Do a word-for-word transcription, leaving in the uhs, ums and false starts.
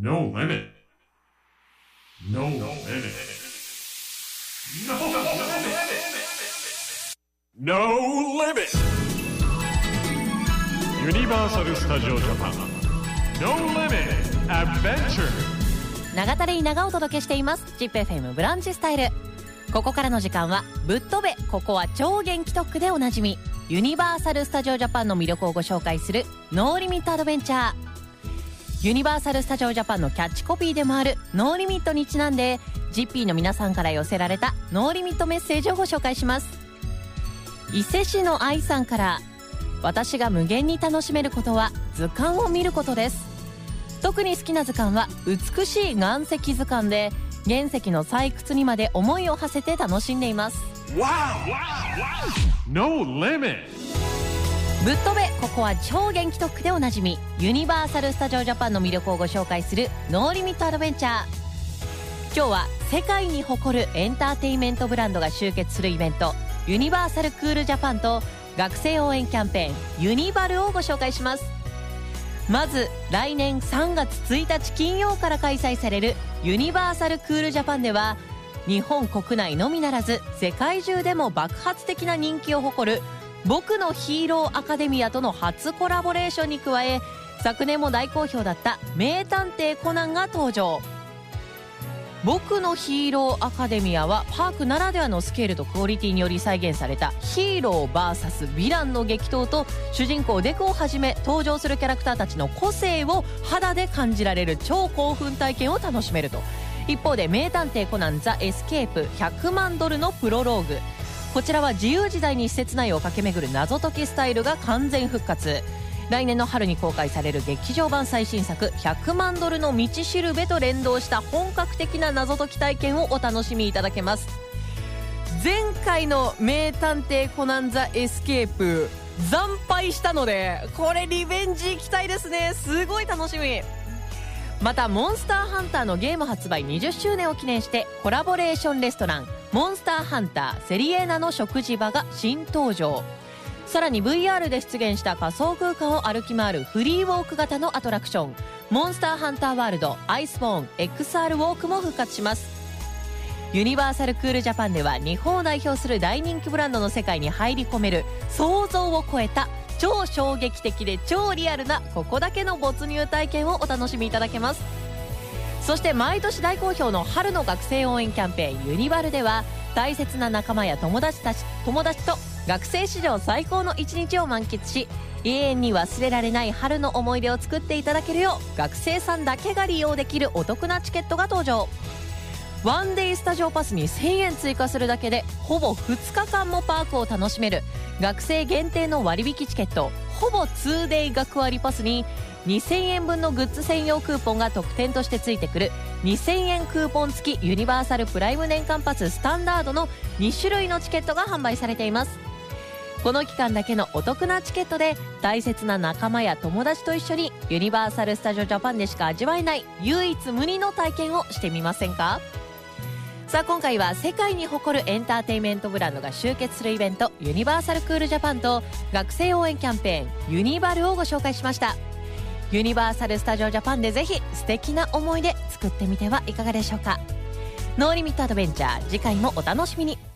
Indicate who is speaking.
Speaker 1: No limit. No limit. No limit. No limit. Universal Studio Japan. No limit adventure.
Speaker 2: 長田レイナがお届けしています ジップエフエム ブランチスタイル。ここからの時間はぶっ飛べ、ここは超元気特区でおなじみユニバーサル・スタジオ・ジャパンの魅力をご紹介するノーリミット・アドベンチャー。ユニバーサル・スタジオ・ジャパンのキャッチコピーでもあるノーリミットにちなんで ジーピー の皆さんから寄せられたノーリミットメッセージをご紹介します。伊勢市の愛さんから、私が無限に楽しめることは図鑑を見ることです。特に好きな図鑑は美しい岩石図鑑で、原石の採掘にまで思いを馳せて楽しんでいます。
Speaker 1: Wow! No limit.
Speaker 2: ぶっ飛べ、ここは超元気特区でおなじみユニバーサル・スタジオ・ジャパンの魅力をご紹介するノーリミット・アドベンチャー。今日は世界に誇るエンターテインメントブランドが集結するイベント、ユニバーサル・クール・ジャパンと学生応援キャンペーンユニバルをご紹介します。まず来年さんがつついたち金曜から開催されるユニバーサル・クール・ジャパンでは、日本国内のみならず世界中でも爆発的な人気を誇る僕のヒーローアカデミアとの初コラボレーションに加え、昨年も大好評だった名探偵コナンが登場。僕のヒーローアカデミアはパークならではのスケールとクオリティにより再現されたヒーロー ブイエス ヴィランの激闘と、主人公デクをはじめ登場するキャラクターたちの個性を肌で感じられる超興奮体験を楽しめると。一方で名探偵コナンザ・エスケープひゃくまんドルのプロローグ、こちらは自由時代に施設内を駆け巡る謎解きスタイルが完全復活。来年の春に公開される劇場版最新作ひゃくまんドルの道しるべと連動した本格的な謎解き体験をお楽しみいただけます。前回の名探偵コナンザ・エスケープ惨敗したので、これリベンジ期待ですね。すごい楽しみ。またモンスターハンターのゲーム発売にじゅっしゅうねんを記念してコラボレーションレストランモンスターハンターセリエーナの食事場が新登場。さらに ブイアール で出現した仮想空間を歩き回るフリーウォーク型のアトラクションモンスターハンターワールドアイスボーン エックスアール ウォークも復活します。ユニバーサル・クール・ジャパンでは日本を代表する大人気ブランドの世界に入り込める想像を超えた超衝撃的で超リアルなここだけの没入体験をお楽しみいただけます。そして毎年大好評の春の学生応援キャンペーンユニバルでは、大切な仲間や友達たち友達と学生史上最高の一日を満喫し、永遠に忘れられない春の思い出を作っていただけるよう、学生さんだけが利用できるお得なチケットが登場。ワンデイスタジオパスにせんえん追加するだけでほぼふつかかんもパークを楽しめる学生限定の割引チケットほぼ ツーデイ 学割パスににせんえんぶんのグッズ専用クーポンが特典としてついてくるにせんえんクーポン付きユニバーサルプライム年間パススタンダードのにしゅるいのチケットが販売されています。この期間だけのお得なチケットで大切な仲間や友達と一緒にユニバーサル・スタジオ・ジャパンでしか味わえない唯一無二の体験をしてみませんか。さあ今回は世界に誇るエンターテインメントブランドが集結するイベントユニバーサル・クール・ジャパンと学生応援キャンペーンユニバルをご紹介しました。ユニバーサル・スタジオ・ジャパンでぜひ素敵な思い出作ってみてはいかがでしょうか。ノーリミット・アドベンチャー、次回もお楽しみに。